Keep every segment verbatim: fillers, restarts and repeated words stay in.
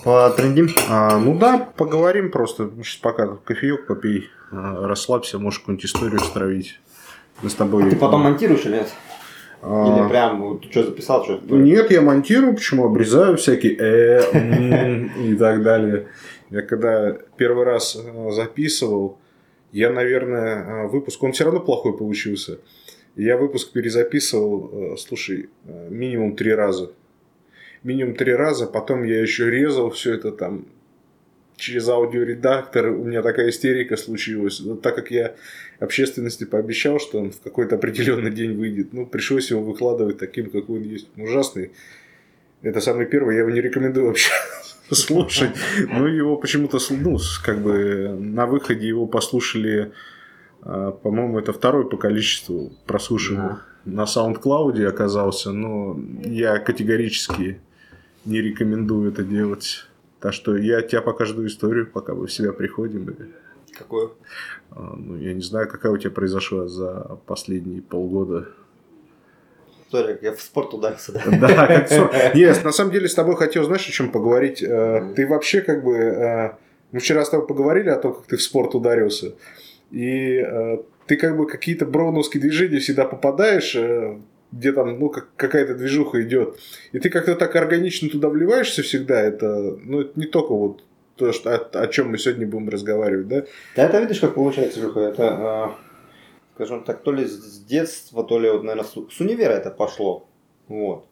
потрендим? А, ну да, поговорим просто. Сейчас пока кофеек попей, расслабься, можешь какую-нибудь историю стравить. Мы с тобой... А ты потом монтируешь или нет? А... Или прям ты что записал, что? Нет, я монтирую, почему обрезаю всякие э, и так далее. Я когда первый раз записывал, я, наверное, выпуск, он все равно плохой получился. Я выпуск перезаписывал, слушай, минимум три раза. Минимум три раза, потом я еще резал все это там через аудиоредактор. У меня такая истерика случилась. Но так как я общественности пообещал, что он в какой-то определенный день выйдет, ну, пришлось его выкладывать таким, какой он есть. Ужасный. Это самый первый, я его не рекомендую вообще слушать. Но его почему-то, ну, как бы на выходе его послушали, по-моему, это второй по количеству прослушиваний на SoundCloud оказался, но я категорически не рекомендую это делать. Так что я тебя покажу историю, пока мы в себя приходим. Какую? Ну, я не знаю, какая у тебя произошла за последние полгода. История, как я в спорт ударился, да? Да, как спорт. Нет, на самом деле с тобой хотел, знаешь, о чем поговорить. Ты вообще как бы... Мы вчера с тобой поговорили о том, как ты в спорт ударился. И ты как бы какие-то броуновские движения всегда попадаешь, где там, ну, как, какая-то движуха идет. И ты как-то так органично туда вливаешься всегда. Это, ну, это не только вот то, что, о, о чем мы сегодня будем разговаривать, да? Да, это видишь, как получается, Люха. Это, э, скажем так, то ли с детства, то ли, вот, наверное, с, с универа это пошло. Вот.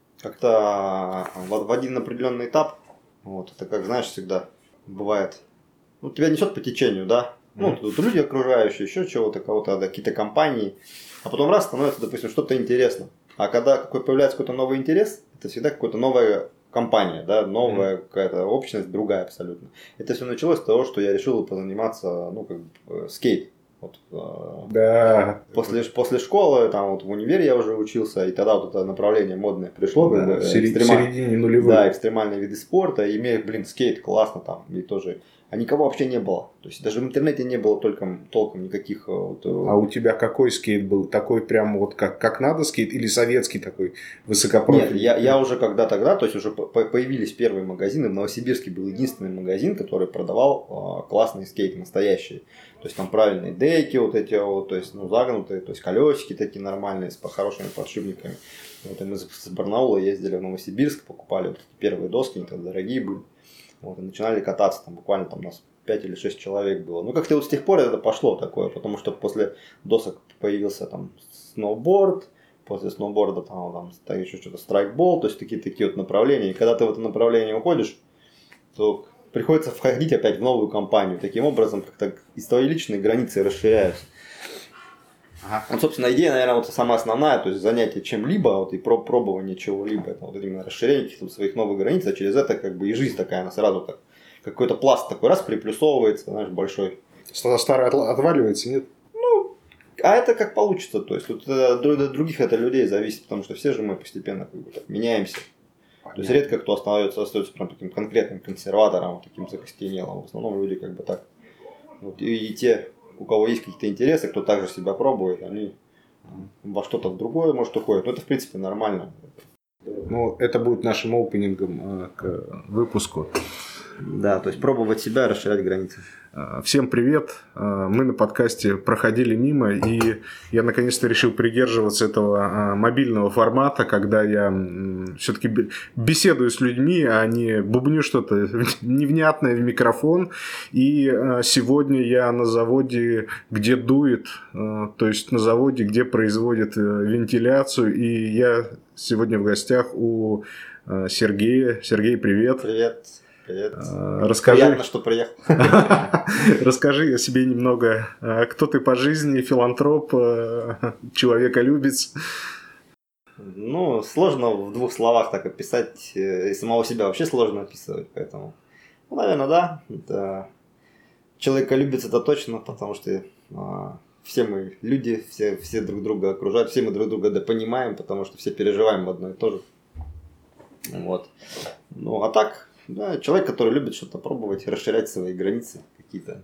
Как-то в, в один определенный этап, вот, это как, знаешь, всегда бывает, ну, тебя несет по течению, да? Ну, mm-hmm. Тут люди окружающие, еще чего-то, кого-то, да, какие-то компании. А потом раз становится, допустим, что-то интересно. А когда какой появляется какой-то новый интерес, это всегда какая-то новая компания, да, новая mm-hmm. какая-то общность, другая абсолютно. Это все началось с того, что я решил позаниматься, ну, как бы, скейт. Вот, да. После, после школы, там вот в универе я уже учился, и тогда вот это направление модное пришло. Да, как бы, в середине нулевых. Да, экстремальные виды спорта, и мне, блин, скейт классно там, и тоже... А никого вообще не было. То есть даже в интернете не было только, толком никаких... Вот... А у тебя какой скейт был? Такой прям вот как, как надо скейт или советский такой высокопрофильный? Нет, я, я уже когда тогда, то есть уже появились первые магазины. В Новосибирске был единственный магазин, который продавал э, классные скейты, настоящие. То есть там правильные деки вот эти вот, то есть ну, загнутые, то есть колесики такие нормальные, с хорошими подшипниками. Вот, и мы с Барнаула ездили в Новосибирск, покупали вот первые доски, они тогда дорогие были. Вот, и начинали кататься, там буквально там у нас пять или шесть человек было. Ну, как-то вот с тех пор это пошло такое, потому что после досок появился там сноуборд, после сноуборда там, там еще что-то страйкбол, то есть такие такие вот направления. И когда ты в это направление уходишь, то приходится входить опять в новую компанию. Таким образом, как-то и твои личные границы расширяются. Ага. Вот, собственно, идея, наверное, вот самая основная, то есть занятие чем-либо, вот, и про пробование чего-либо, это вот именно расширение каких-то своих новых границ, а через это как бы и жизнь такая, она сразу так, какой-то пласт такой раз приплюсовывается, знаешь, большой. Старый отваливается, нет? Ну, а это как получится, то есть тут от других это людей зависит, потому что все же мы постепенно как бы так меняемся. Понятно. То есть редко кто остается, остается прям таким конкретным консерватором, таким закостенелым, в основном люди как бы так. Вот, и, и те... у кого есть какие-то интересы, кто также себя пробует, они во что-то другое, может, уходят. Но это, в принципе, нормально. Ну, это будет нашим опенингом к выпуску. Да, то есть пробовать себя, расширять границы. Всем привет! Мы на подкасте проходили мимо, и я наконец-то решил придерживаться этого мобильного формата, когда я все-таки беседую с людьми, а не бубню что-то невнятное в микрофон. И сегодня я на заводе, где дует, то есть на заводе, где производят вентиляцию, и я сегодня в гостях у Сергея. Сергей, привет! Привет! Привет. Расскажи... Приятно, что приехал. Расскажи о себе немного. Кто ты по жизни? Филантроп? Человеколюбец? Ну, сложно в двух словах так описать. И самого себя вообще сложно описывать. Поэтому, ну, наверное, да. Это... Человеколюбец это точно, потому что а, все мы люди, все, все друг друга окружают, все мы друг друга допонимаем, потому что все переживаем одно и то же. Вот. Ну, а так... Да, человек, который любит что-то пробовать, расширять свои границы, какие-то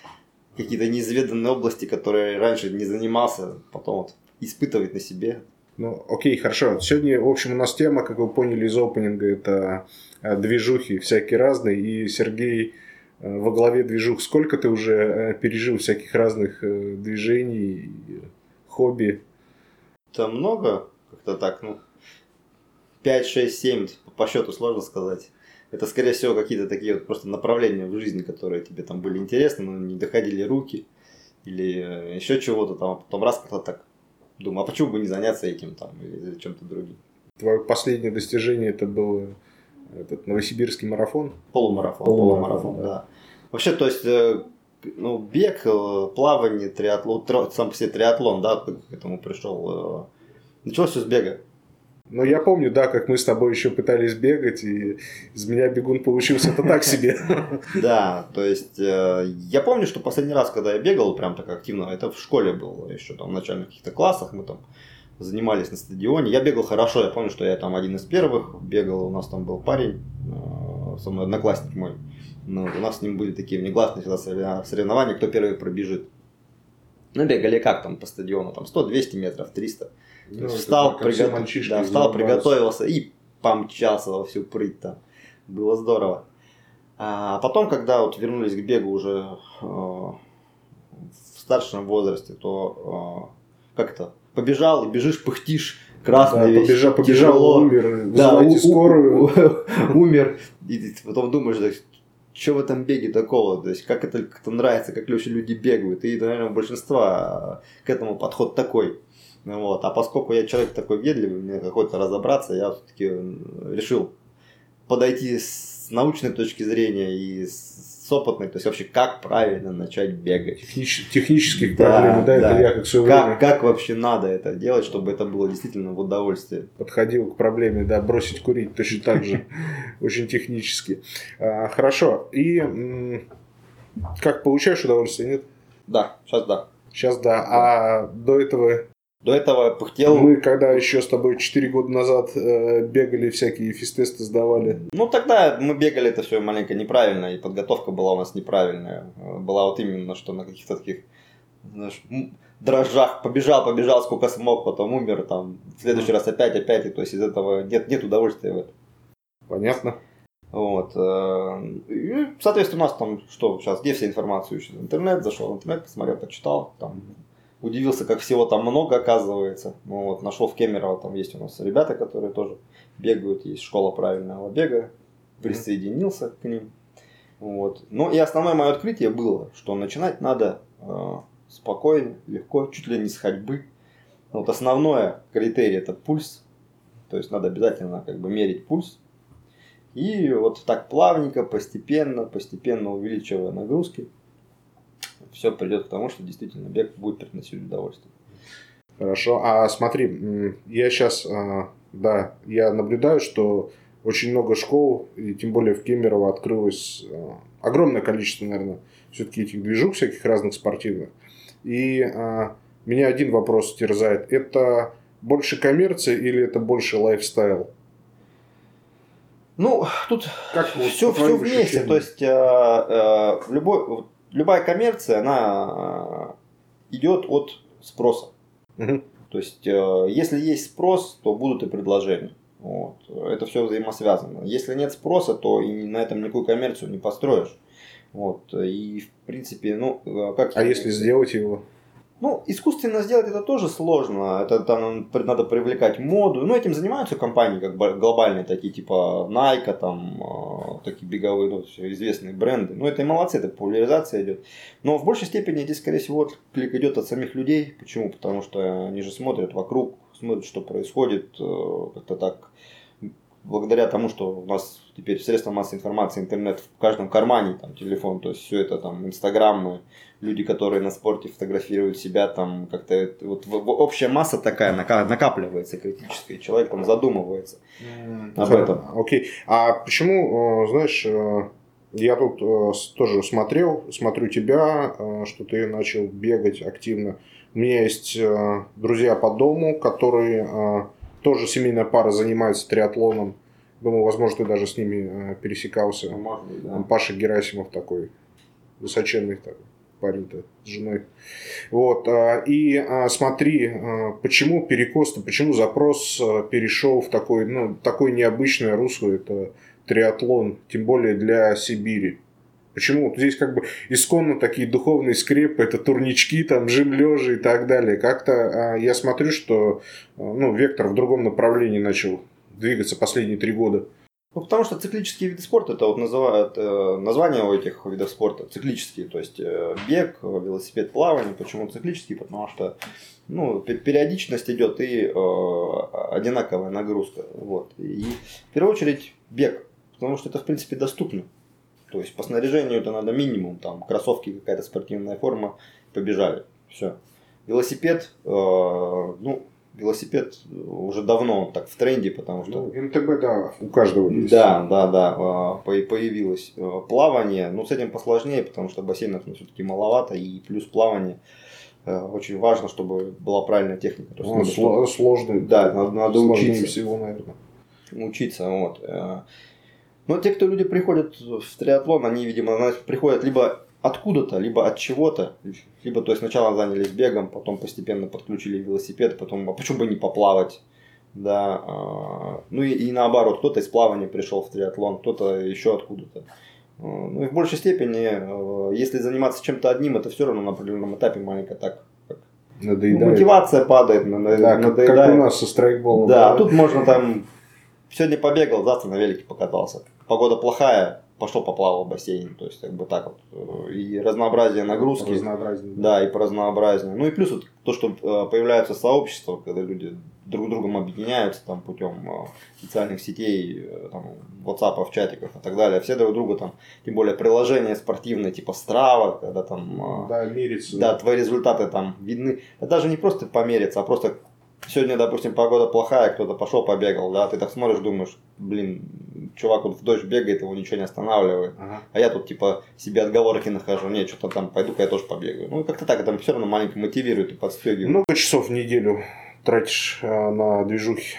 какие-то неизведанные области, которые раньше не занимался, потом вот испытывать на себе, Ну, окей, хорошо. Сегодня, в общем, у нас тема, как вы поняли из опенинга, это движухи всякие разные. И Сергей во главе движух. Сколько ты уже пережил всяких разных движений, хобби? Это много, как-то так, ну, пять, шесть, семь, по счету сложно сказать. Это, скорее всего, какие-то такие вот просто направления в жизни, которые тебе там были интересны, но не доходили руки. Или еще чего-то там, а потом раз как-то так думаю, а почему бы не заняться этим там или чем-то другим. Твое последнее достижение это был этот новосибирский марафон? Полумарафон. Полумарафон, полумарафон, да. да. Вообще, то есть, ну, бег, плавание, триатлон, сам по себе триатлон, да, к этому пришел. Началось все с бега. Ну, я помню, да, как мы с тобой еще пытались бегать, и из меня бегун получился-то так себе. Да, то есть, я помню, что последний раз, когда я бегал прям так активно, это в школе было, еще там в начальных каких-то классах, мы там занимались на стадионе. Я бегал хорошо, я помню, что я там один из первых бегал, у нас там был парень, со мной одноклассник мой. Ну, у нас с ним были такие внеклассные всегда соревнования, кто первый пробежит. Ну, бегали как там по стадиону, там сто-двести метров, триста. Ну, встал, приготов... да, встал приготовился и помчался во всю прыть там. Было здорово. А потом, когда вот вернулись к бегу уже э, в старшем возрасте, то э, как это, побежал и бежишь, пыхтишь, красный да, весь, побежал, побежал, тяжело. умер, да, у, скорую. умер. И ты потом думаешь, да, что в этом беге такого, то есть как это как-то нравится, как люди бегают. И, наверное, у большинства к этому подход такой. Вот. А поскольку я человек такой въедливый, мне какой-то разобраться, я все-таки решил подойти с научной точки зрения и с опытной, то есть вообще как правильно начать бегать. Технич... Технических да, проблем, да, да. это я как в свое как, время. Как вообще надо это делать, чтобы это было действительно в удовольствие? Подходил к проблеме, да, бросить курить точно так же, очень технически. Хорошо, и как, получаешь удовольствие, нет? Да, сейчас да. Сейчас да, а до этого... До этого пыхтел. Мы когда еще с тобой четыре года назад э, бегали, всякие физтесты сдавали. Ну, тогда мы бегали это все маленько неправильно, и подготовка была у нас неправильная. Была вот именно, что на каких-то таких, знаешь, дрожжах побежал, побежал, сколько смог, потом умер, там, в следующий раз опять, опять, и то есть из этого нет, нет удовольствия в этом. Понятно. Вот. И, соответственно, у нас там, что сейчас, где вся информация ищет? Интернет, зашел в интернет, посмотрел, почитал, там... Удивился, как всего там много оказывается. Ну, вот, нашел в Кемерово, там есть у нас ребята, которые тоже бегают, есть школа правильного бега. Присоединился к ним. Вот. Ну и основное мое открытие было, что начинать надо э, спокойно, легко, чуть ли не с ходьбы. Вот основное критерий это пульс. То есть надо обязательно как бы мерить пульс. И вот так плавненько, постепенно, постепенно увеличивая нагрузки. Все придет к тому, что действительно бег будет приносить удовольствие. Хорошо. А смотри, я сейчас, да, я наблюдаю, что очень много школ, и тем более в Кемерово открылось огромное количество, наверное, все-таки этих движух всяких разных спортивных. И а, меня один вопрос терзает. Это больше коммерция или это больше лайфстайл? Ну, тут как все, все вместе. То есть, а, а, любой... Любая коммерция, она идет от спроса. Угу. То есть, если есть спрос, то будут и предложения. Вот. Это все взаимосвязано. Если нет спроса, то и на этом никакую коммерцию не построишь. Вот. И, в принципе, ну, как... А если сделать его? Ну, искусственно сделать это тоже сложно. Это там надо привлекать моду. Ну, этим занимаются компании, как глобальные, такие типа Nike, там, такие беговые, ну, известные бренды. Ну, это и молодцы, это популяризация идет. Но в большей степени здесь, скорее всего, отклик идет от самих людей. Почему? Потому что они же смотрят вокруг, смотрят, что происходит, как-то так. Благодаря тому, что у нас теперь средства массовой информации, интернет в каждом кармане, там, телефон, то есть все это там, инстаграмы, люди, которые на спорте фотографируют себя, там, как-то, вот, общая масса такая накапливается критическая, человек там задумывается mm, об да, этом. Окей, а почему, знаешь, я тут тоже смотрел, смотрю тебя, что ты начал бегать активно. У меня есть друзья по дому, которые... Тоже семейная пара занимается триатлоном. Думаю, возможно, ты даже с ними пересекался. Может быть, да. Паша Герасимов такой, высоченный такой парень-то с женой. Вот. И смотри, почему перекос, почему запрос перешел в такой, ну, такое необычное русло, это триатлон, тем более для Сибири. Почему? Вот здесь как бы исконно такие духовные скрепы, это турнички, там, жим лежа и так далее. Как-то я смотрю, что ну, вектор в другом направлении начал двигаться последние три года. Ну, потому что циклические виды спорта, это вот называют э, название у этих видов спорта циклические, то есть э, бег, велосипед, плавание. Почему циклические? Потому что ну, периодичность идет и э, одинаковая нагрузка. Вот. И в первую очередь бег, потому что это в принципе доступно. То есть по снаряжению это надо минимум, там кроссовки, какая-то спортивная форма, побежали. Все. Велосипед, э, ну, велосипед уже давно так в тренде, потому что... Ну, эм тэ бэ, да, у каждого есть. Да, да, да, появилось плавание, но с этим посложнее, потому что бассейнов все-таки маловато, и плюс плавание очень важно, чтобы была правильная техника. То есть, ну, надо, сло- чтобы... сложно. Да, надо, надо учиться. всего, наверное. Учиться, вот. Но те, кто люди приходят в триатлон, они, видимо, приходят либо откуда-то, либо от чего-то, либо то есть сначала занялись бегом, потом постепенно подключили велосипед, потом, а почему бы не поплавать, да, ну и, и наоборот, кто-то из плавания пришел в триатлон, кто-то еще откуда-то. Ну и в большей степени, если заниматься чем-то одним, это все равно на определенном этапе маленько так. Надоедает. Мотивация падает, надоедает. Да, как, как у нас со страйкболом. Да, да, а тут можно там сегодня побегал, завтра на велике покатался. Погода плохая, пошел поплавал в бассейне. То есть, как бы так вот. И разнообразие нагрузки. Разнообразие. Да, и по разнообразию. Ну и плюс вот то, что появляются сообщества, когда люди друг с другом объединяются там путем социальных сетей, там, WhatsApp, чатиков и так далее. Все друг друга там, тем более приложения спортивные, типа Strava, когда там... Да, мериться. Да, твои результаты там видны. Это даже не просто помериться, а просто... Сегодня, допустим, погода плохая, кто-то пошел побегал, да, ты так смотришь, думаешь, блин, чувак вот в дождь бегает, его ничего не останавливает, ага. А я тут типа себе отговорки нахожу, не, что-то там, пойду-ка я тоже побегаю. Ну, как-то так, это все равно маленько мотивирует и подстегивает. Много часов в неделю тратишь а, на движухи?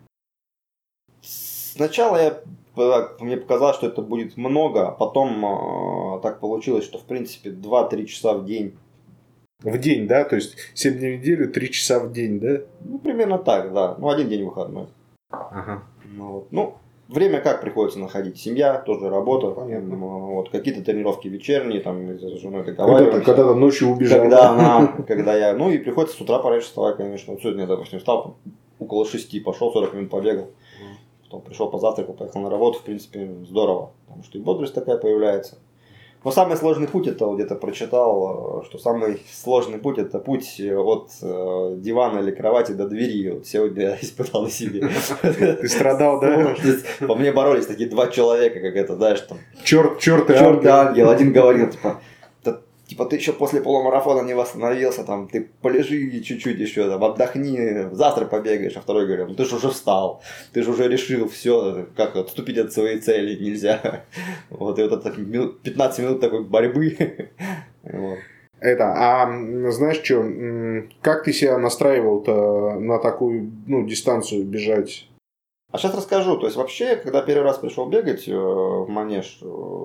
Сначала я, мне показалось, что это будет много, а потом а, так получилось, что в принципе два-три часа в день. В день, да? То есть семь дней в неделю, три часа в день, да? Ну, примерно так, да. Ну, один день выходной. Ага. Ну, вот. Ну, время как приходится находить? Семья, тоже работа. Понятно. Вот, какие-то тренировки вечерние, там, с женой договариваемся. Когда-то, когда-то ночью убежал. Когда она, когда я, ну, и приходится с утра пораньше вставать, конечно. Вот сегодня я, допустим, встал около шести, пошел, сорок минут побегал. Потом пришел, позавтракал, поехал на работу. В принципе, здорово. Потому что и бодрость такая появляется. Но самый сложный путь, это где-то прочитал, что самый сложный путь, это путь от э, дивана или кровати до двери. Вот сегодня я испытал на себе. Ты страдал, да? По мне боролись такие два человека, как это, знаешь, там. Черт, черт и черт и ангел. Один говорил, типа, типа, ты еще после полумарафона не восстановился, там, ты полежи чуть-чуть еще, там, отдохни, завтра побегаешь, а второй говорит, ну ты же уже встал, ты же уже решил все, как отступить от своей цели нельзя. Вот, и вот это пятнадцать минут такой борьбы. Вот. Это, а знаешь что, как ты себя настраивал-то на такую, ну, дистанцию бежать? А сейчас расскажу. То есть, вообще, когда первый раз пришел бегать в манеж,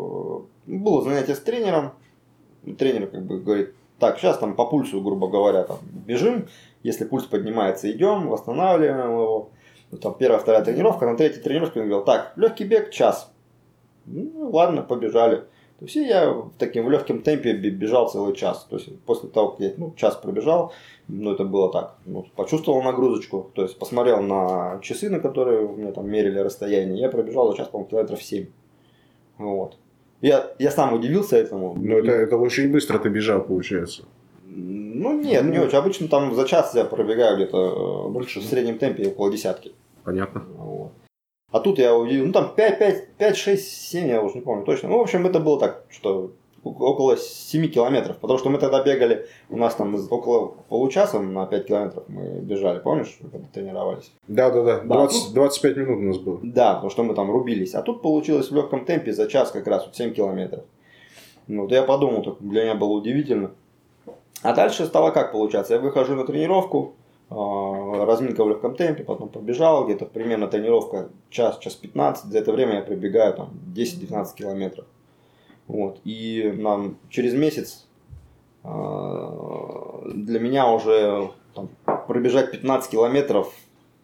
было занятие с тренером. Тренер как бы говорит, так, сейчас там по пульсу, грубо говоря, там бежим, если пульс поднимается, идем, восстанавливаем его. Ну, там первая, вторая тренировка, на третьей тренировке он говорил, так, легкий бег, час. Ну, ладно, побежали. То есть, я в таким в легком темпе бежал целый час. То есть, после того, как я ну, час пробежал, ну, это было так, ну, почувствовал нагрузочку, то есть, посмотрел на часы, на которые у меня там мерили расстояние, я пробежал за час, по-моему, километров семь. Вот. Я, я сам удивился этому. Но это, это очень быстро ты бежал, получается. Ну нет, не очень. Обычно там за час я пробегаю где-то больше в среднем темпе около десятки. Понятно. Вот. А тут я увидел, ну там пять, пять, пять, шесть, семь, я уже не помню точно. Ну, в общем, это было так, что около семи километров. Потому что мы тогда бегали, у нас там около получаса на пять километров мы бежали, помнишь, когда тренировались? Да, да, да. да двадцать, тут... двадцать пять минут у нас было. Да, потому что мы там рубились. А тут получилось в легком темпе за час как раз вот семь километров. Вот я подумал, так для меня было удивительно. А дальше стало как получаться? Я выхожу на тренировку, разминка в легком темпе, потом побежал, где-то примерно тренировка час, час пятнадцать. За это время я пробегаю там десять-двенадцать километров. Вот. И нам через месяц для меня уже там, пробежать пятнадцать километров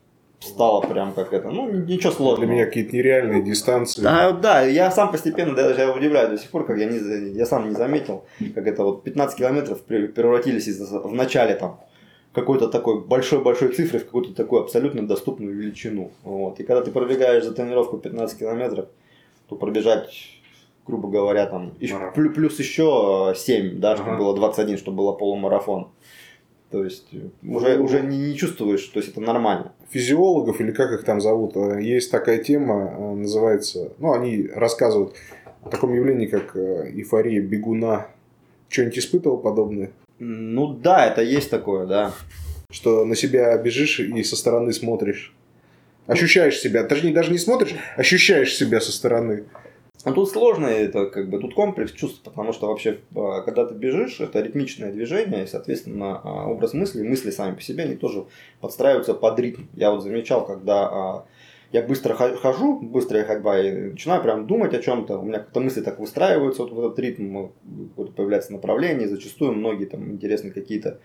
стало прям как это, ну ничего сложного. Для меня какие-то нереальные дистанции. Да, да, я сам постепенно даже я удивляюсь до сих пор, как я, не, я сам не заметил, как это вот пятнадцать километров превратились из, в начале там какой-то такой большой-большой цифры в какую-то такую абсолютно доступную величину. Вот. И когда ты пробегаешь за тренировку пятнадцать километров, то пробежать, грубо говоря, там плюс, плюс еще семь, да, чтобы ага. было двадцать один, чтобы было полумарафон. То есть уже, ну, уже не, не чувствуешь, то есть это нормально. Физиологов, или как их там зовут, есть такая тема, называется, ну, они рассказывают о таком явлении, как эйфория бегуна. Что-нибудь испытывал подобное? Ну да, это есть такое, да. Что на себя бежишь и со стороны смотришь. Ощущаешь себя, точнее даже не смотришь, ощущаешь себя со стороны. А тут сложно, это как бы тут комплекс чувств, потому что вообще, когда ты бежишь, это ритмичное движение, и, соответственно, образ мысли, мысли сами по себе, они тоже подстраиваются под ритм. Я вот замечал, когда я быстро хожу, быстрая ходьба, и начинаю прям думать о чем-то, у меня как-то мысли так выстраиваются вот в этот ритм, появляется направление, и зачастую многие там интересные какие-то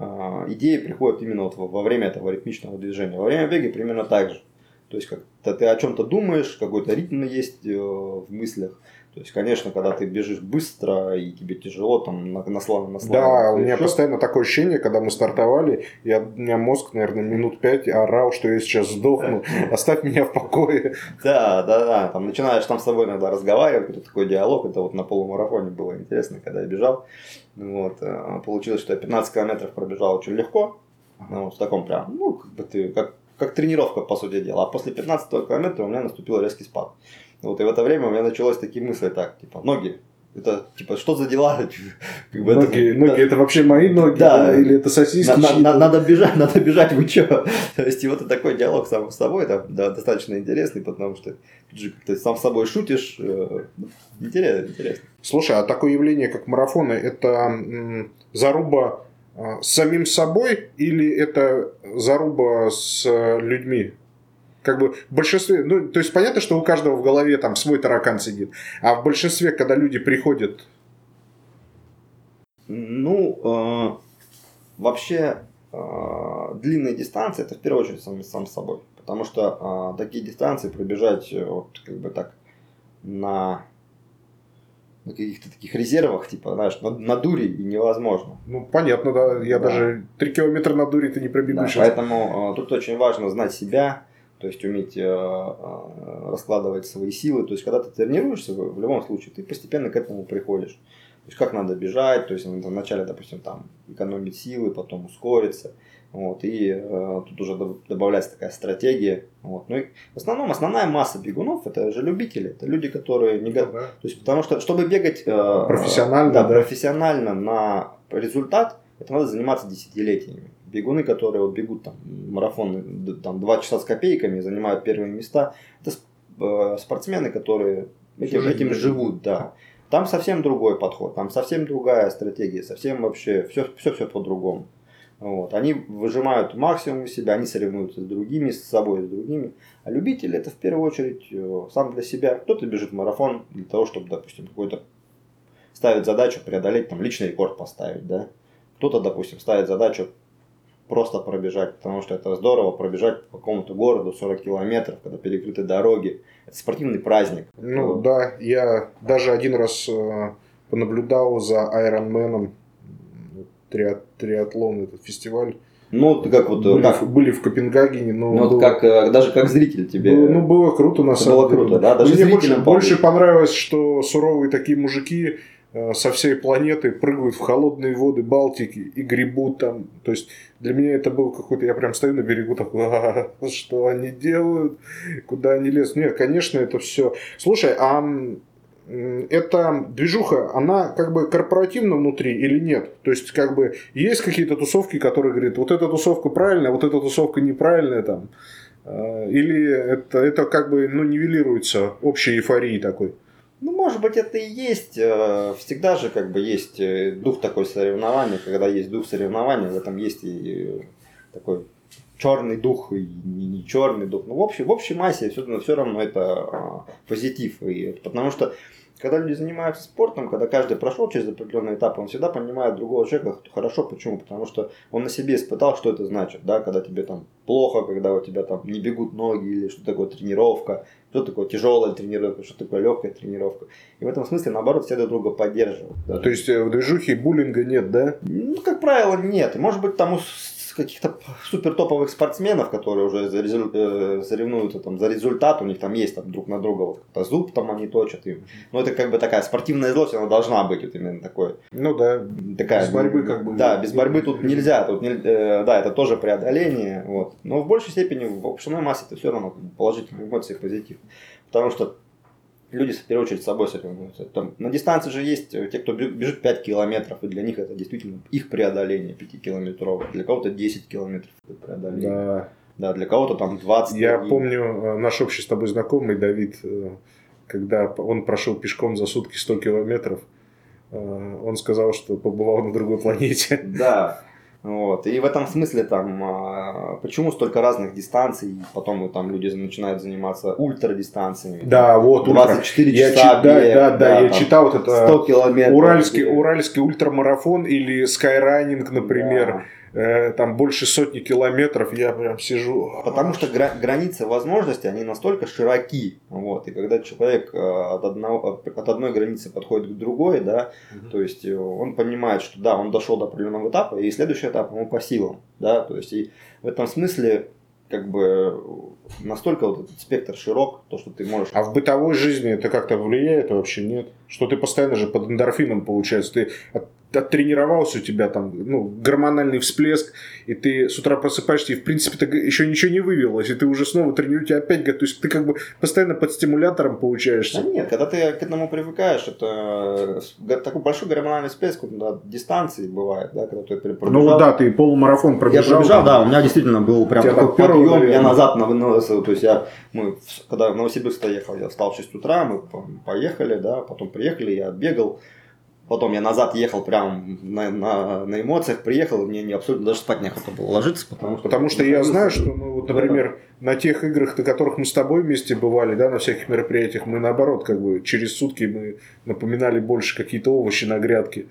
идеи приходят именно вот во время этого ритмичного движения. Во время бега примерно так же. То есть, как-то ты о чем-то думаешь, какой-то ритм есть э, в мыслях. То есть, конечно, когда ты бежишь быстро и тебе тяжело, там, на, на славу, на славу. Да, у меня еще. Постоянно такое ощущение, когда мы стартовали, я, у меня мозг, наверное, минут пять орал, что я сейчас сдохну, оставь меня в покое. Да, да, да, там начинаешь там с тобой иногда разговаривать, это такой диалог, это вот на полумарафоне было интересно, когда я бежал. Вот, получилось, что я пятнадцать километров пробежал очень легко, ну, в таком прям, ну, как бы ты, как как тренировка, по сути дела. А после пятнадцатого километра у меня наступил резкий спад. Вот, и в это время у меня началось такие мысли, так, типа, ноги, это, типа, что за дела? Как бы ноги, это, ноги да, это вообще мои ноги? Да, или это сосиски? На, на, надо бежать, надо бежать, вы чё? То есть, и вот такой диалог сам с собой, это да, достаточно интересный, потому что ты сам с собой шутишь, э, интересно, интересно. Слушай, а такое явление, как марафоны, это м, заруба с самим собой или это заруба с людьми? Как бы в большинстве, ну, то есть понятно, что у каждого в голове там свой таракан сидит, а в большинстве, когда люди приходят... Ну, э, вообще э, длинные дистанции это в первую очередь сам, сам с собой, потому что э, такие дистанции пробежать вот как бы так на... на каких-то таких резервах, типа, знаешь, на, на дуре и невозможно. Ну, понятно, да. Я да. даже три километра на дуре ты не пробегу да, сейчас. Поэтому э, тут очень важно знать себя, то есть уметь э, э, раскладывать свои силы. То есть, когда ты тренируешься, в, в любом случае, ты постепенно к этому приходишь. То есть, как надо бежать, то есть, вначале, допустим, там, экономить силы, потом ускориться. Вот, и э, тут уже добавляется такая стратегия. Вот. Ну и в основном основная масса бегунов это же любители, это люди, которые не готовы. Да. То есть, потому что чтобы бегать э, профессионально, да, да. профессионально на результат, это надо заниматься десятилетиями. Бегуны, которые вот бегут там марафоны там, два часа с копейками, занимают первые места, это э, спортсмены, которые этим, этим живут, да. Там совсем другой подход, там совсем другая стратегия, совсем вообще все, все, все по-другому. Вот. Они выжимают максимум из себя, они соревнуются с другими, с собой, с другими. А любители это в первую очередь сам для себя. Кто-то бежит марафон для того, чтобы, допустим, какой-то ставить задачу преодолеть, там, личный рекорд поставить, да. Кто-то, допустим, ставит задачу просто пробежать, потому что это здорово пробежать по какому-то городу сорок километров, когда перекрыты дороги. Это спортивный праздник. Ну вот. Да, я даже один раз э, понаблюдал за Ironman'ом. Триат, триатлон, этот фестиваль. Ну, как вот были, как? были в Копенгагене, но ну, было, как, даже как зритель тебе. Было, ну, было круто на самом было деле. Круто, да? Даже мне больше, больше понравилось, что суровые такие мужики э, со всей планеты прыгают в холодные воды Балтики и гребут там. То есть для меня это был какой-то, я прям стою на берегу такой, а, что они делают, куда они лезут. Нет, конечно, это все. Слушай, а эта движуха, она как бы корпоративна внутри или нет? То есть, как бы, есть какие-то тусовки, которые говорят, вот эта тусовка правильная, вот эта тусовка неправильная там? Или это, это как бы, ну, нивелируется общей эйфорией такой? Ну, может быть, это и есть. Всегда же как бы есть дух такой соревнования. Когда есть дух соревнования, в этом есть и такой черный дух и не черный дух. Но в общей, в общей массе все, все равно это позитив. И, потому что когда люди занимаются спортом, когда каждый прошел через определенный этап, он всегда понимает другого человека хорошо. Почему? Потому что он на себе испытал, что это значит, да, когда тебе там плохо, когда у тебя там не бегут ноги, или что такое тренировка, что такое тяжелая тренировка, что такое легкая тренировка. И в этом смысле, наоборот, все друг друга поддерживают. Да. То есть в движухе буллинга нет, да? Ну, как правило, нет. Может быть, там у каких-то супер топовых спортсменов, которые уже за резу... э, соревнуются там, за результат, у них там есть там, друг на друга вот, как-то зуб там они точат. И... Но это как бы такая спортивная злость, она должна быть вот именно такой. Ну да, такая, без борьбы как бы. Да, без борьбы тут нельзя. Тут, э, да, это тоже преодоление. Вот. Но в большей степени в общественной массе это все равно положительные эмоции, позитив. Потому что люди, в первую очередь, с собой соревнуются. Там, на дистанции же есть те, кто бежит пять километров, и для них это действительно их преодоление пятикилометровое. Для кого-то десять километров это преодоление. Да. Да, для кого-то там двадцать. Я помню, наш общий с тобой знакомый Давид, когда он прошел пешком за сутки сто километров, он сказал, что побывал на другой планете. Да. Вот. И в этом смысле там, почему столько разных дистанций, потом там люди начинают заниматься ультрадистанциями. Да, вот, двадцать четыре я часа чит, да, бег, да, да, да, я читал вот это сто километров. Уральский, уральский ультрамарафон или скайранинг, например. Да. Там больше сотни километров, я прям сижу. Потому что гра- границы возможностей, они настолько широки. Вот, и когда человек от, одного, от одной границы подходит к другой, да, угу. То есть он понимает, что да, он дошел до определенного этапа, и следующий этап ему по силам. Да, то есть и в этом смысле как бы настолько вот этот спектр широк, то, что ты можешь... А в бытовой жизни это как-то влияет вообще, нет? Что ты постоянно же под эндорфином, получается, ты от, оттренировался, у тебя там ну, гормональный всплеск, и ты с утра просыпаешься, и в принципе ты еще ничего не вывелось, и ты уже снова тренируешь, опять готов. То есть ты как бы постоянно под стимулятором получаешься. Да нет, когда ты к этому привыкаешь, это такой большой гормональный всплеск на дистанции бывает, да, когда ты пробежал. Ну да, ты полумарафон пробежал. Я пробежал, да, у меня действительно был прям такой подъем, я назад, на, на, то есть я, мы, когда в Новосибирск ехал, я встал в шесть утра, мы поехали, да, потом приехали, я бегал. Потом я назад ехал прям на, на, на эмоциях, приехал, и мне не, абсолютно даже спать неохота было ложиться. Потому что, потому что я знаю, что мы, вот, например, да. на тех играх, на которых мы с тобой вместе бывали, да, на всяких мероприятиях, мы наоборот, как бы через сутки мы напоминали больше какие-то овощи на грядке.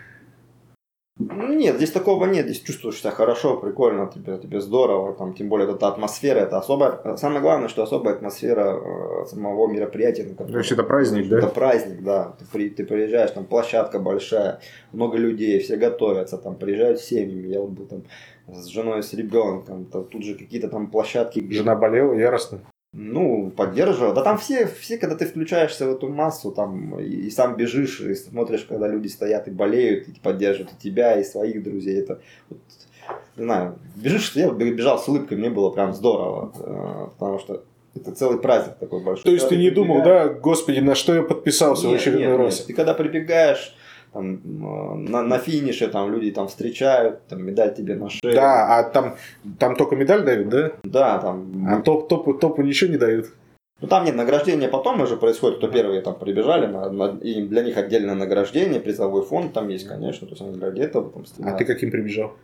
Нет, здесь такого нет, здесь чувствуешь себя хорошо, прикольно, тебе, тебе здорово, там, тем более это атмосфера, это особая, самое главное, что особая атмосфера э, самого мероприятия. На котором, то есть это праздник, да? Это праздник, да, ты, при, ты приезжаешь, там площадка большая, много людей, все готовятся, там приезжают с семьями, я вот был там с женой, с ребенком, то, тут же какие-то там площадки. Где... Жена болела яростно? Ну, поддерживал. Да там все, все, когда ты включаешься в эту массу, там, и, и сам бежишь, и смотришь, когда люди стоят и болеют, и поддерживают и тебя, и своих друзей. Это, вот, не знаю, бежишь, я бежал с улыбкой, мне было прям здорово, потому что это целый праздник такой большой. То есть когда ты не думал, да, господи, на что я подписался нет, в очередной нет, раз? Нет. Ты когда прибегаешь, там, на, на финише там люди там встречают, там медаль тебе на шею. Да, а там, там только медаль дают, да? Да, там. А топ, топу, топу ничего не дают? Ну там нет, награждение потом уже происходит, кто первые там прибежали, на, на, и для них отдельное награждение, призовой фонд там есть, конечно, то есть они для этого там стреляют. А ты каким прибежал?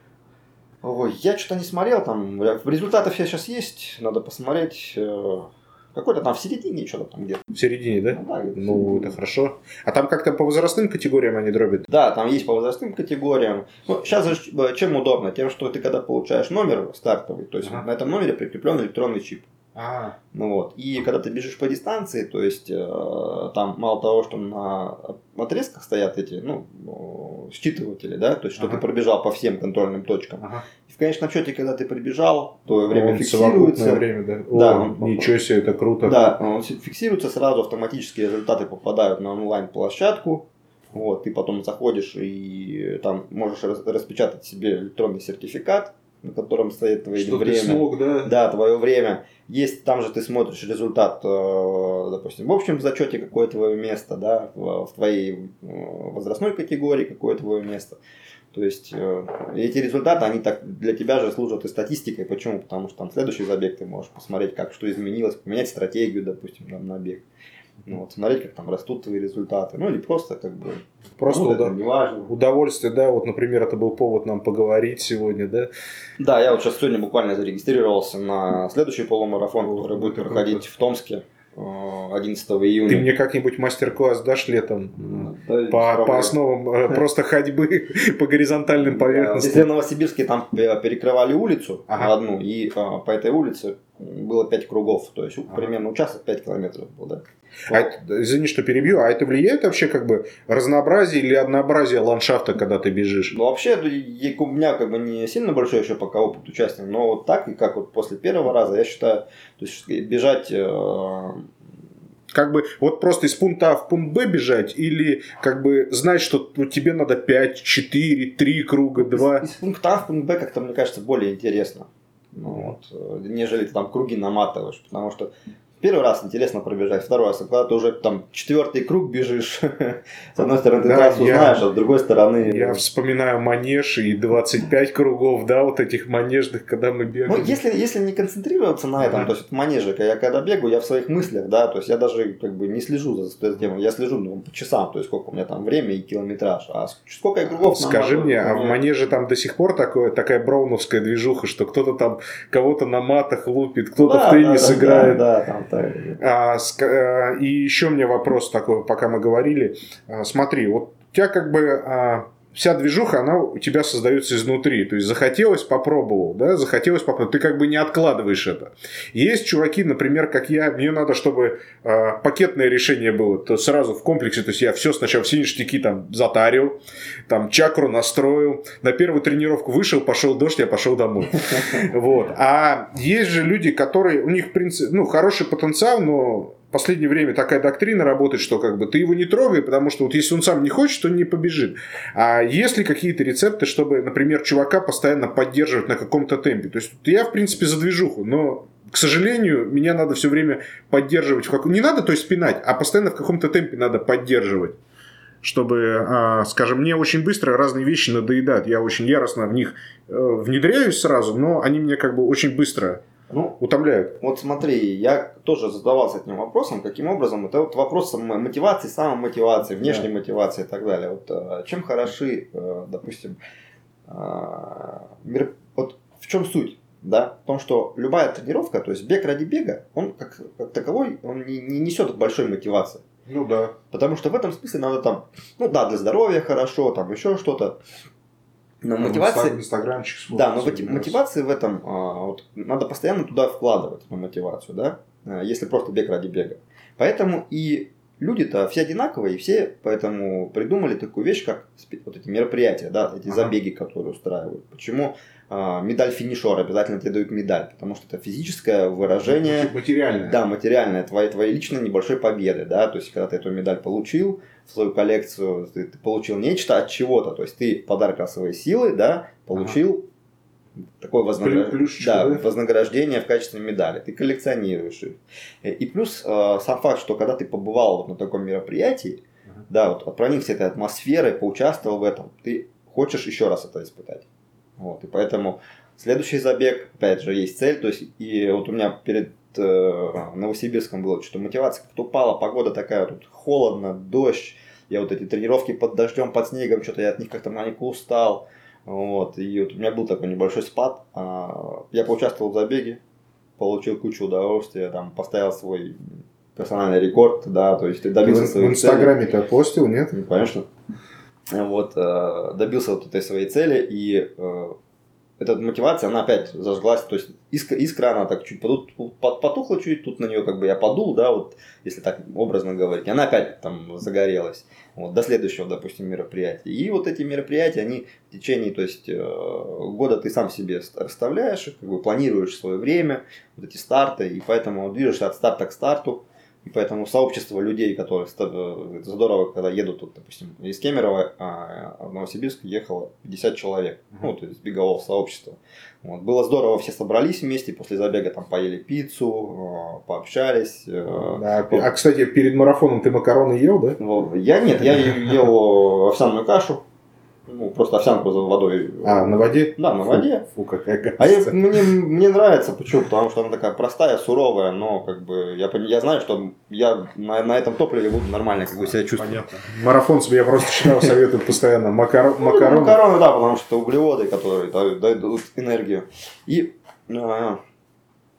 Ой, я что-то не смотрел, там результаты все сейчас есть, надо посмотреть. Какой-то там в середине что-то там где-то. В середине, да? Ну, да, ну это хорошо. А там как-то по возрастным категориям они дробят? Да, там есть по возрастным категориям. Ну, сейчас же чем удобно? Тем, что ты когда получаешь номер стартовый, то есть ага. на этом номере прикреплен электронный чип. А. Ну вот. И когда ты бежишь по дистанции, то есть э, там мало того, что на отрезках стоят эти, ну, считыватели, да, то есть что ага. ты пробежал по всем контрольным точкам. Ага. И в конечном счете, когда ты прибежал, то время он фиксируется. Время, да. Да, О, он, ничего себе, это круто. Да, он фиксируется сразу, автоматически результаты попадают на онлайн-площадку. Вот, ты потом заходишь и там можешь распечатать себе электронный сертификат, на котором стоит твое что время. Ты смог, да? Да, твое время. Есть, там же ты смотришь результат, допустим, в общем зачете, какое твое место, да, в твоей возрастной категории, какое твое место. То есть эти результаты, они так для тебя же служат и статистикой. Почему? Потому что там следующий забег ты можешь посмотреть, как что изменилось, поменять стратегию, допустим, там, на бег. Ну, вот, смотреть, как там растут твои результаты. Ну, или просто как бы... Просто ну, удов... неважно. удовольствие, да. Вот, например, это был повод нам поговорить сегодня, да? Да, я вот сейчас сегодня буквально зарегистрировался на следующий полумарафон, который будет проходить в Томске. одиннадцатого июня. Ты мне как-нибудь мастер-класс дашь летом Да, по, по основам просто ходьбы по горизонтальным поверхностям? Если в Новосибирске там перекрывали улицу ага. одну, и а, по этой улице было пять кругов, то есть ага. примерно участок пять километров был, да. А это, извини, что перебью, а это влияет вообще как бы разнообразие или однообразие ландшафта, когда ты бежишь? Ну вообще у меня как бы не сильно большой еще пока опыт участия, но вот так и как вот после первого раза я считаю, то есть бежать э... как бы вот просто из пункта А в пункт Б бежать или как бы знать, что ну, тебе надо пять, четыре, три круга, два? Из, из пункта А в пункт Б как-то, мне кажется, более интересно, ну, вот, нежели ты там круги наматываешь, потому что первый раз интересно пробежать, второй раз, когда ты уже там четвертый круг бежишь, с одной стороны ты трассу знаешь, а с другой стороны... Я вспоминаю манеж и двадцать пять кругов, да, вот этих манежных, когда мы бегаем. Ну, если, если не концентрироваться на этом, то есть в манеже, я когда бегаю, я в своих мыслях, да, то есть я даже как бы не слежу за этой темой, я слежу ну, по часам, то есть сколько у меня там время и километраж, а сколько я кругов Скажи наматываю, мне, а в манеже там до сих пор такое, такая броуновская движуха, что кто-то там кого-то на матах лупит, кто-то да, в теннис да, да, играет? Да, да, там так. А, и еще мне вопрос такой, пока мы говорили. Смотри, вот у тебя как бы вся движуха, она у тебя создается изнутри. То есть захотелось, попробовал, да, захотелось, попробовал. Ты как бы не откладываешь это. Есть чуваки, например, как я, мне надо, чтобы пакетное решение было, то сразу в комплексе. То есть я все сначала, все ништяки там затарил, там чакру настроил, на первую тренировку вышел, пошел дождь, я пошел домой. Вот. А есть же люди, которые, у них, в принципе, ну, хороший потенциал, но в последнее время такая доктрина работает, что как бы ты его не трогай, потому что вот если он сам не хочет, то он не побежит. А есть ли какие-то рецепты, чтобы, например, чувака постоянно поддерживать на каком-то темпе? То есть я, в принципе, за движуху, но, к сожалению, меня надо все время поддерживать. В каком... Не надо, то есть спинать, а постоянно в каком-то темпе надо поддерживать. Чтобы, скажем, мне очень быстро разные вещи надоедают. Я очень яростно в них внедряюсь сразу, но они мне как бы очень быстро... Ну, утомляют. Вот смотри, я тоже задавался этим вопросом, каким образом, это вот вопрос мотивации, самомотивации, внешней да. мотивации и так далее. Вот чем хороши, допустим, вот в чем суть, да, в том, что любая тренировка, то есть бег ради бега, он как, как таковой, он не, не несет большой мотивации. Ну да. Потому что в этом смысле надо там, ну да, для здоровья хорошо, там еще что-то. Но а мотивация, инстаграмчик да, но мотивации в этом а, вот, надо постоянно туда вкладывать, на мотивацию, да, если просто бег ради бега. Поэтому и люди-то все одинаковые, и все поэтому придумали такую вещь, как вот эти мероприятия, да, эти ага. забеги, которые устраивают. Почему а, медаль финишера, обязательно тебе дают медаль, потому что это физическое выражение, материальное, да, материальное твоей, твоей личной небольшой победы, да, то есть когда ты эту медаль получил в свою коллекцию, ты, ты получил нечто от чего-то, то есть ты подарок от своей силы, да, получил ага. такое вознаграж... да, вознаграждение в качестве медали, ты коллекционируешь их. И плюс э, сам факт, что когда ты побывал вот на таком мероприятии, ага. да, вот проникся этой атмосферой, поучаствовал в этом, ты хочешь еще раз это испытать. Вот, и поэтому следующий забег, опять же, есть цель, то есть и вот у меня перед Новосибирском было что-то мотивация как-то упала, погода такая, тут холодно, дождь, я вот эти тренировки под дождем, под снегом, что-то я от них как-то маленько устал, вот, и вот у меня был такой небольшой спад, я поучаствовал в забеге, получил кучу удовольствия, там, поставил свой персональный рекорд, да, то есть ты добился ты своей в инстаграме ты постил, нет? Ну, конечно, вот, добился вот этой своей цели, и эта мотивация, она опять зажглась, то есть искра, искра она так чуть потухла чуть, тут на нее как бы я подул, да, вот, если так образно говорить, и она опять там загорелась, вот, до следующего, допустим, мероприятия. И вот эти мероприятия, они в течение, то есть, года ты сам себе расставляешь, как бы планируешь свое время, вот эти старты, и поэтому движешься от старта к старту. И поэтому сообщество людей, которые это здорово, когда едут, тут, допустим, из Кемерово а в Новосибирск ехало пятьдесят человек, uh-huh. ну, то есть бегового сообщества. Вот. Было здорово, все собрались вместе, после забега там поели пиццу, пообщались. Да, вот. А, кстати, перед марафоном ты макароны ел, да? Я нет, я ел овсяную кашу. Ну, просто овсянку за водой. А, на воде? Да, на воде. Фу, какая гадость. А я, мне, мне нравится, почему? Потому что она такая простая, суровая, но как бы я, я знаю, что я на, на этом топливе буду нормально как бы себя чувствовать. Понятно. Марафонцам я просто читал, советуют постоянно макаро, ну, макароны. Макароны, да, потому что это углеводы, которые дают энергию. И а,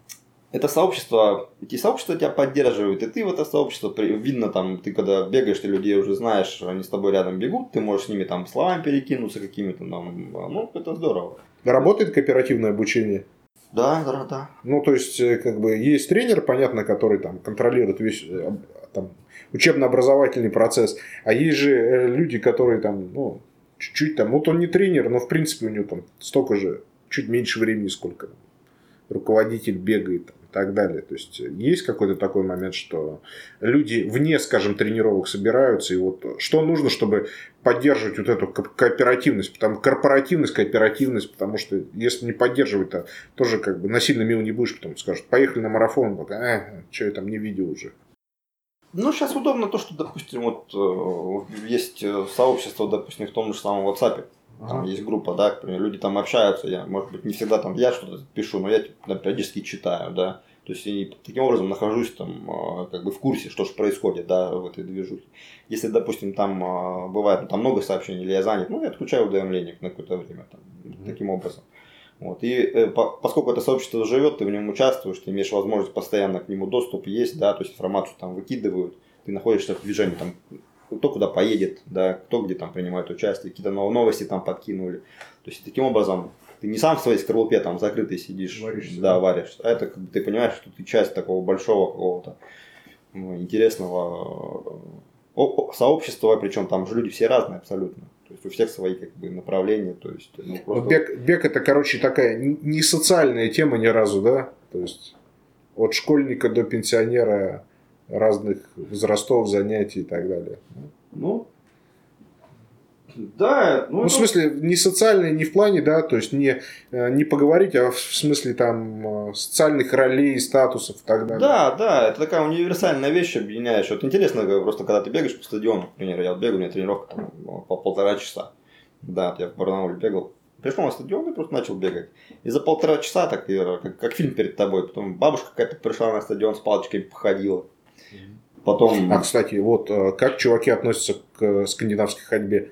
это сообщество, эти сообщества тебя поддерживают, и ты в это сообщество, видно там, ты когда бегаешь, ты людей уже знаешь, они с тобой рядом бегут, ты можешь с ними там словами перекинуться какими-то там, ну, это здорово. Работает кооперативное обучение? Да, да, да. Ну, то есть, как бы, есть тренер, понятно, который там контролирует весь там, учебно-образовательный процесс, а есть же люди, которые там, ну, чуть-чуть там, вот он не тренер, но в принципе у него там столько же, чуть меньше времени, сколько руководитель бегает там, и так далее. То есть есть какой-то такой момент, что люди вне, скажем, тренировок собираются, и вот что нужно, чтобы поддерживать вот эту кооперативность, потому корпоративность, кооперативность, потому что если не поддерживать, то тоже как бы насильно мимо не будешь, потом скажут, поехали на марафон, пока, э, что я там не видел уже. Ну, сейчас удобно то, что, допустим, вот э, есть сообщество, допустим, в том же самом WhatsApp. Там ага. есть группа, да, к примеру, люди там общаются, я, может быть, не всегда там я что-то пишу, но я типа, периодически читаю, да, то есть и таким образом нахожусь там как бы в курсе, что же происходит, да, в этой движухе. Если, допустим, там бывает, ну, там много сообщений, или я занят, ну, я отключаю уведомления на какое-то время, там, mm-hmm. таким образом. Вот. И э, по, поскольку это сообщество живет, ты в нем участвуешь, ты имеешь возможность постоянно к нему доступ есть, да, то есть информацию там выкидывают, ты находишься в движении, там, кто куда поедет, да, кто где там принимает участие, какие-то новости там подкинули. То есть таким образом ты не сам в своей скорлупе там закрытый сидишь, варишься, да, варишь, а это как бы ты понимаешь, что ты часть такого большого какого-то ну, интересного сообщества, причем там же люди все разные абсолютно. То есть у всех свои как бы направления. То есть, ну, просто... вот бег, бег это, короче, такая не социальная тема ни разу, да? То есть от школьника до пенсионера разных возрастов, занятий и так далее. Ну, да. Ну, ну это... в смысле, не социальные, не в плане, да, то есть не, не поговорить, а в смысле там социальных ролей, статусов и так далее. Да, да, это такая универсальная вещь, объединяешь. Вот интересно, просто когда ты бегаешь по стадиону, к примеру, я вот бегаю, у меня тренировка там, по полтора часа. Да, я в Барнауле бегал. Пришел на стадион и просто начал бегать. И за полтора часа, так, как, как фильм перед тобой, потом бабушка какая-то пришла на стадион с палочкой походила. Потом... А, кстати, вот как чуваки относятся к скандинавской ходьбе?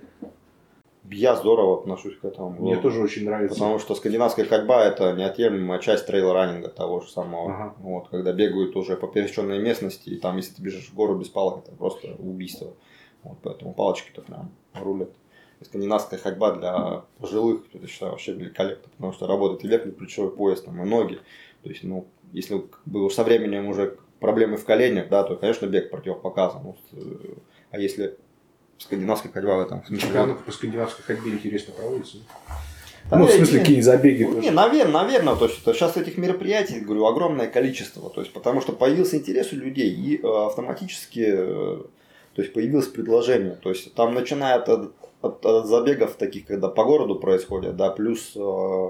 Я здорово отношусь к этому. Мне вот. Тоже очень нравится. Потому что скандинавская ходьба – это неотъемлемая часть трейл-раннинга того же самого. Ага. Вот, когда бегают уже по пересеченной местности, и там, если ты бежишь в гору без палок, это просто убийство. Вот, поэтому палочки-то прям рулят. И скандинавская ходьба для пожилых, это, считаю, вообще великолепно, потому что работает и верхний плечевой пояс, там, и ноги. То есть, ну, если как бы, со временем уже проблемы в коленях, да, то, конечно, бег противопоказан. Вот, а если скандинавская ходьба в этом смысле. Чемпионат по скандинавской ходьбе интересно проводится. Ну, в смысле, какие забеги? Ну, не, наверное, наверное, то есть, сейчас этих мероприятий, говорю, огромное количество. То есть, потому что появился интерес у людей, и э, автоматически э, то есть, появилось предложение. То есть, там начиная от, от, от забегов таких, когда по городу происходят, да, плюс э,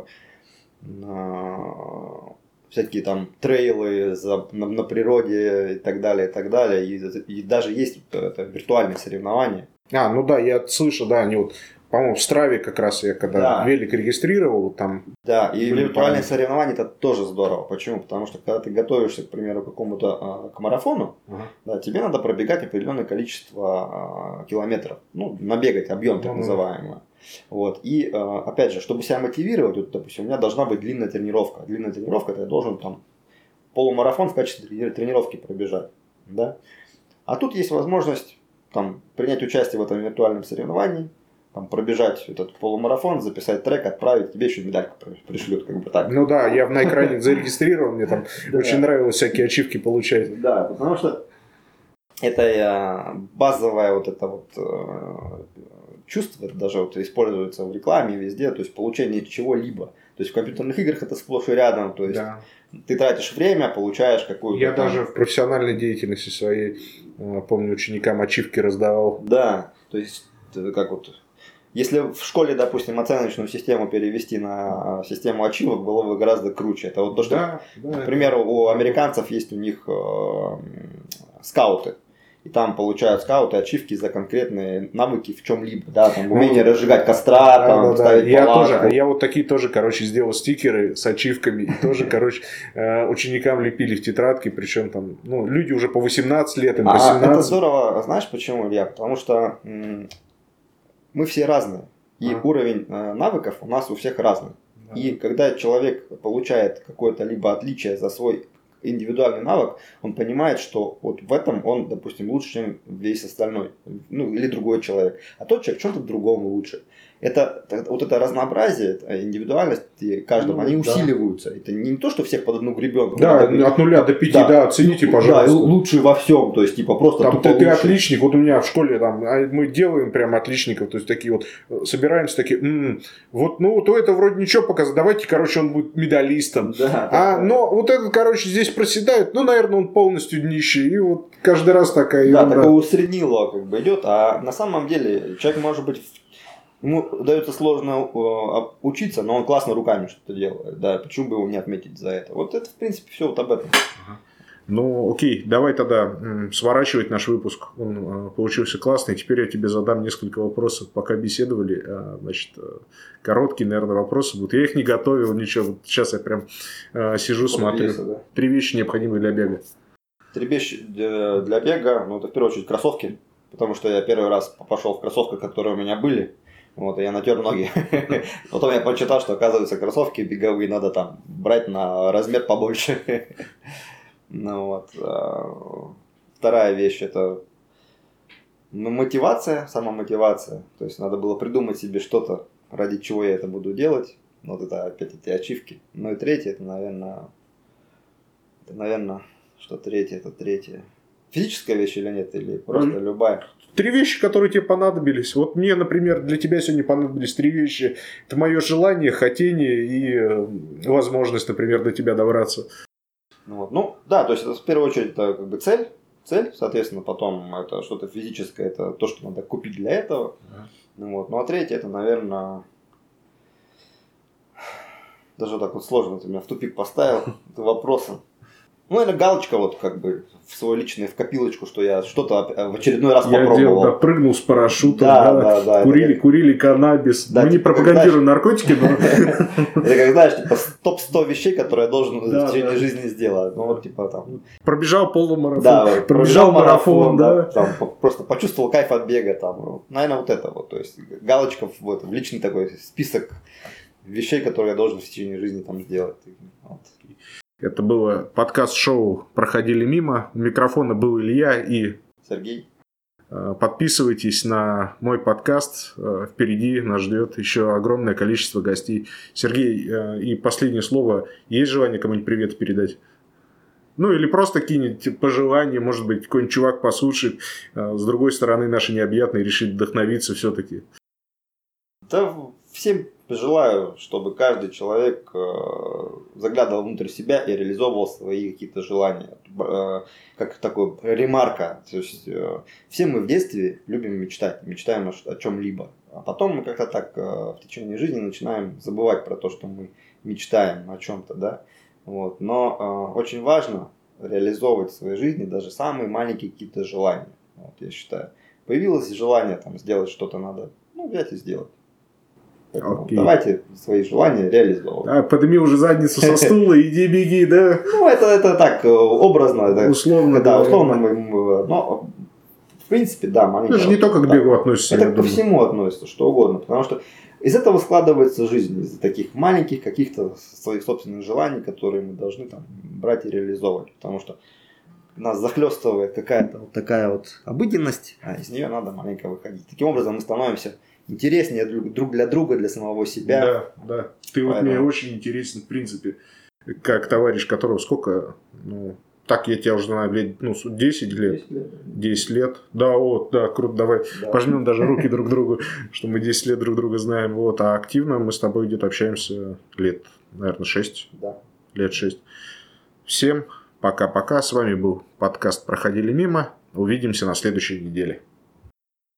э, всякие там трейлы за, на, на природе и так далее, и так далее. И, и даже есть это, виртуальные соревнования. А, ну да, я слышу, да, они вот, по-моему, в Страве как раз я когда да. велик регистрировал, там... Да, и виртуальные соревнования это тоже здорово. Почему? Потому что когда ты готовишься, к примеру, к какому-то к марафону, ага. да, тебе надо пробегать определенное количество километров. Ну, набегать, объем так называемый. Вот. И, опять же, чтобы себя мотивировать, вот, допустим, у меня должна быть длинная тренировка. Длинная тренировка, это я должен там полумарафон в качестве тренировки пробежать. Да? А тут есть возможность там, принять участие в этом виртуальном соревновании, там, пробежать этот полумарафон, записать трек, отправить, тебе еще медальку пришлют, как бы так. Ну да, я в Найкране зарегистрирован, мне там очень нравилось всякие ачивки получать. Да, потому что это базовое вот это вот чувство, это даже вот используется в рекламе везде, то есть получение чего-либо. То есть в компьютерных играх это сплошь и рядом, то есть да. ты тратишь время, получаешь какую-то... Я там... даже в профессиональной деятельности своей, помню, ученикам ачивки раздавал. Да, то есть как вот... Если в школе, допустим, оценочную систему перевести на систему ачивок, было бы гораздо круче. Это вот то, что, да, да, к примеру, это... у американцев есть у них э, скауты. И там получают скауты ачивки за конкретные навыки в чем-либо. Да, там умение ну, разжигать костра, да, там, да, ставить да. Я тоже, я вот такие тоже, короче, сделал стикеры с ачивками. И тоже, короче, ученикам лепили в тетрадки. Причем там, ну, люди уже по восемнадцать лет, им по семнадцать. А это здорово. Знаешь почему, Илья? Потому что мы все разные. И а. уровень навыков у нас у всех разный. Да. И когда человек получает какое-то либо отличие за свой индивидуальный навык, он понимает, что вот в этом он, допустим, лучше, чем весь остальной, ну, или другой человек. А тот человек в чем-то другом лучше. Это, вот это разнообразие, индивидуальность каждого, ну, они да. усиливаются. Это не то, что всех под одну гребенку. Да, надо, от нуля до пяти, да, да оцените, пожалуйста. Да, лучший во всем, то есть, типа, просто там, ты, ты отличник, вот у меня в школе там, мы делаем прям отличников, то есть, такие вот, собираемся, такие, м-м, вот, ну, то это вроде ничего показать, давайте, короче, он будет медалистом. Да, а, да. Но вот этот, короче, здесь проседает, ну, наверное, он полностью нищий, и вот каждый раз такая ерунда. Да, такое усреднило как бы идет, а на самом деле человек может быть... Ему дается сложно э, учиться, но он классно руками что-то делает. Да, почему бы его не отметить за это? Вот это, в принципе, все вот об этом. Ну, окей, давай тогда м, сворачивать наш выпуск. Он э, получился классный. Теперь я тебе задам несколько вопросов. Пока беседовали, э, значит, э, короткие, наверное, вопросы будут. Я их не готовил, ничего. Вот сейчас я прям э, сижу, Сколько смотрю. Веса, да? Три вещи необходимые для бега. Три вещи для, для бега. Ну, это в первую очередь кроссовки. Потому что я первый раз пошел в кроссовках, которые у меня были. Вот, и я натер ноги. Потом я прочитал, что, оказывается, кроссовки беговые надо там брать на размер побольше. Ну вот. Вторая вещь – это мотивация, самомотивация. То есть, надо было придумать себе что-то, ради чего я это буду делать. Вот это опять эти ачивки. Ну и третье – это, наверное, это, наверное, что третье – это третье. Физическая вещь или нет, или просто mm. любая? Три вещи, которые тебе понадобились. Вот мне, например, для тебя сегодня понадобились три вещи. Это мое желание, хотение и возможность, например, до тебя добраться. Вот. Ну, да, то есть это в первую очередь это как бы цель. Цель, соответственно, потом это что-то физическое, это то, что надо купить для этого. Mm. Ну, вот. Ну а третье, это, наверное, даже так вот сложно, ты меня в тупик поставил вопросом. Ну, наверное, галочка вот как бы в свой личный, в копилочку, что я что-то в очередной раз я попробовал. Я делал, да, прыгнул с парашютом, да, да, да, да, курили, это... курили каннабис. Да, мы типа, не пропагандируем знаешь... наркотики, но... Это как, знаешь, типа топ сто вещей, которые я должен в течение жизни сделать. Ну, вот типа там... Пробежал полумарафон. Да, пробежал марафон, да. Просто почувствовал кайф от бега там. Наверное, вот это вот. То есть галочка в личный такой список вещей, которые я должен в течение жизни там сделать. Это было подкаст-шоу «Проходили мимо». У микрофона был Илья и Сергей. Подписывайтесь на мой подкаст. Впереди нас ждет еще огромное количество гостей. Сергей, и последнее слово. Есть желание кому-нибудь привет передать? Ну, или просто кинуть пожелание. Может быть, какой-нибудь чувак послушает. С другой стороны, наши необъятные решит вдохновиться все-таки. Да, всем желаю, чтобы каждый человек заглядывал внутрь себя и реализовывал свои какие-то желания. Как такой ремарка. То есть, все мы в детстве любим мечтать, мечтаем о чем-либо. А потом мы как-то так в течение жизни начинаем забывать про то, что мы мечтаем о чем-то. Да? Вот. Но очень важно реализовывать в своей жизни даже самые маленькие какие-то желания. Вот, я считаю. Появилось желание там, сделать что-то, надо ну, взять и сделать. Okay. Давайте свои желания реализовывать. А, подними уже задницу со стула, иди беги, да? Ну, это, это так, образно. Условно. Да, условно. Но, в принципе, да, маленькая. Это же не только к бегу относится. Это ко всему относится, что угодно. Потому что из этого складывается жизнь. Из таких маленьких каких-то своих собственных желаний, которые мы должны там брать и реализовывать. Потому что нас захлестывает какая-то вот такая вот обыденность, а из нее надо маленько выходить. Таким образом мы становимся интереснее друг для друга, для самого себя. Да, да. Ты Поэтому... вот мне очень интересен, в принципе, как товарищ, которого сколько, ну, так я тебя уже знаю, лет, ну, десять лет. десять лет. Да, вот, да, круто, давай да. Пожмем даже руки друг другу, что мы десять лет друг друга знаем. Вот, а активно мы с тобой где-то общаемся лет, наверное, шесть. Да. Лет шесть. Всем пока-пока. С вами был подкаст «Проходили мимо». Увидимся на следующей неделе.